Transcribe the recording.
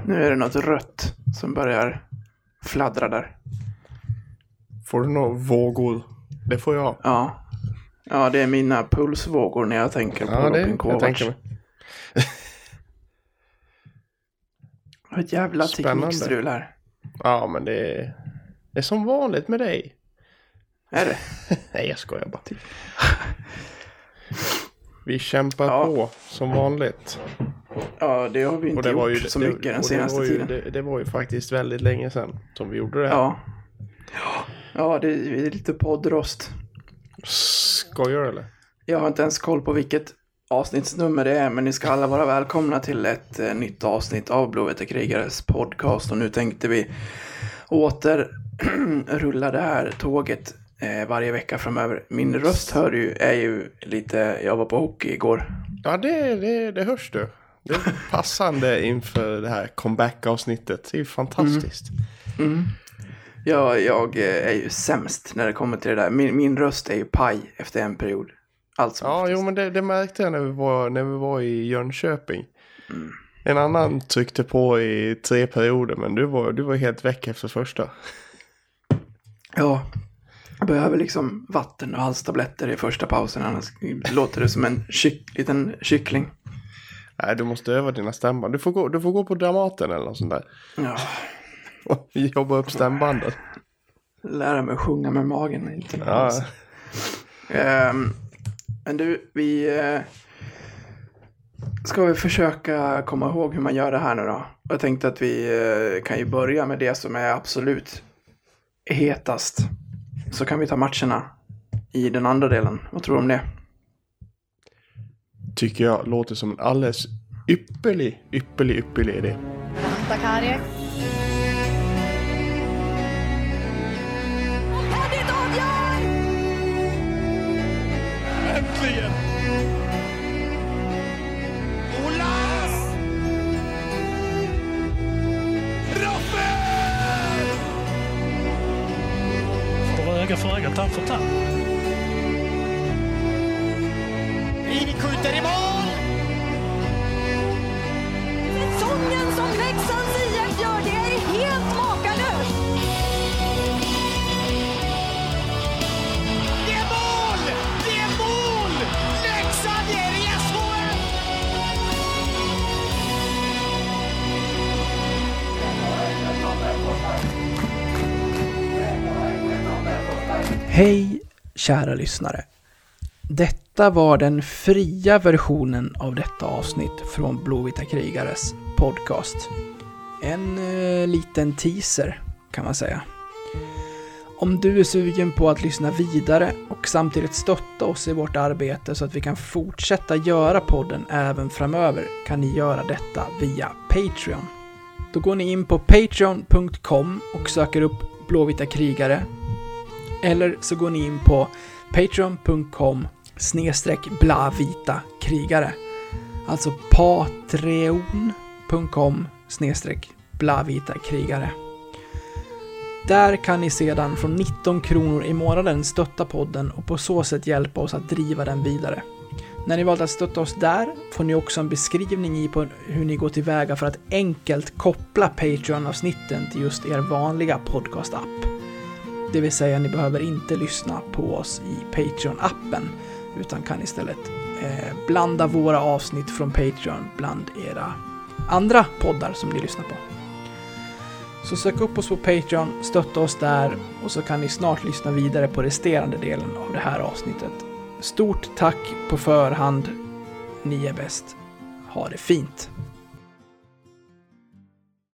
Nu är det något rött som börjar fladdra där. Får du några vågor? Det får jag. Ja, det är mina pulsvågor när jag tänker på Robin Kovacs. Jag tänker mig. Ett jävla teknikstrul här. Ja, men det är som vanligt med dig. Är det? Nej, jag skojar bara. Vi kämpar på som vanligt. Ja, det har vi inte gjort så mycket den senaste tiden. Det var ju faktiskt väldigt länge sedan som vi gjorde det här. Ja, det är lite poddrost. Skojar eller? Jag har inte ens koll på vilket avsnittsnummer det är, men ni ska alla vara välkomna till ett nytt avsnitt av Blåvita krigares podcast. Och nu tänkte vi återrulla det här tåget varje vecka framöver. Min röst är ju lite, jag var på hockey igår. Ja, det hörs du. Det är passande inför det här comeback-avsnittet. Det är ju fantastiskt. Ja, jag är ju sämst när det kommer till det där. Min röst är ju paj efter en period. Jo, men det märkte jag när vi var i Jönköping. En annan tryckte på i 3 perioder, men du var helt väck efter första. Ja, jag behöver liksom vatten och halstabletter i första pausen, annars låter det som en liten kyckling. Nej, du måste öva dina stämband. Du får gå på Dramaten eller något sånt där. Ja. Och jobba upp stämbanden. Lära mig att sjunga med magen. Inte men du, ska vi försöka komma ihåg hur man gör det här nu då? Jag tänkte att vi kan ju börja med det som är absolut hetast. Så kan vi ta matcherna i den andra delen. Vad tror du om det? Tycker jag låter som en alldeles ypperlig idé. Tackar. Äntligen! Olas! Raffel! Får öga för öga, tand för tand. Rini skjuter i mål! Säsongen som Leksands IF gör, det är helt makalöst! Det är mål! Det är mål! Leksand är i SHL! Hej kära lyssnare. Detta var den fria versionen av detta avsnitt från Blåvita krigares podcast. En liten teaser kan man säga. Om du är sugen på att lyssna vidare och samtidigt stötta oss i vårt arbete så att vi kan fortsätta göra podden även framöver, kan ni göra detta via Patreon. Då går ni in på patreon.com och söker upp Blåvita krigare. Eller så går ni in på patreon.com/blavita krigare. Alltså patreon.com/blavita krigare. Där kan ni sedan från 19 kronor i månaden stötta podden och på så sätt hjälpa oss att driva den vidare. När ni valt att stötta oss där får ni också en beskrivning i på hur ni går tillväga för att enkelt koppla Patreon-avsnitten till just er vanliga podcast-app. Det vill säga, ni behöver inte lyssna på oss i Patreon-appen utan kan istället blanda våra avsnitt från Patreon bland era andra poddar som ni lyssnar på. Så sök upp oss på Patreon, stötta oss där och så kan ni snart lyssna vidare på resterande delen av det här avsnittet. Stort tack på förhand. Ni är bäst. Ha det fint.